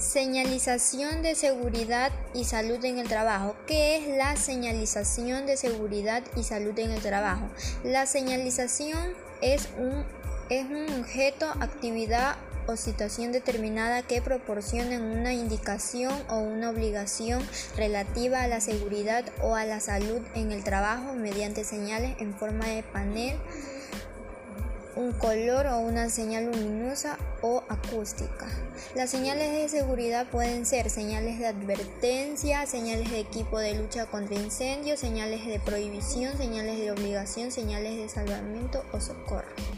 Señalización de seguridad y salud en el trabajo. ¿Qué es la señalización de seguridad y salud en el trabajo? La señalización es un objeto, actividad o situación determinada que proporciona una indicación o una obligación relativa a la seguridad o a la salud en el trabajo mediante señales en forma de panel, un color o una señal luminosa o acústica. Las señales de seguridad pueden ser señales de advertencia, señales de equipo de lucha contra incendios, señales de prohibición, señales de obligación, señales de salvamento o socorro.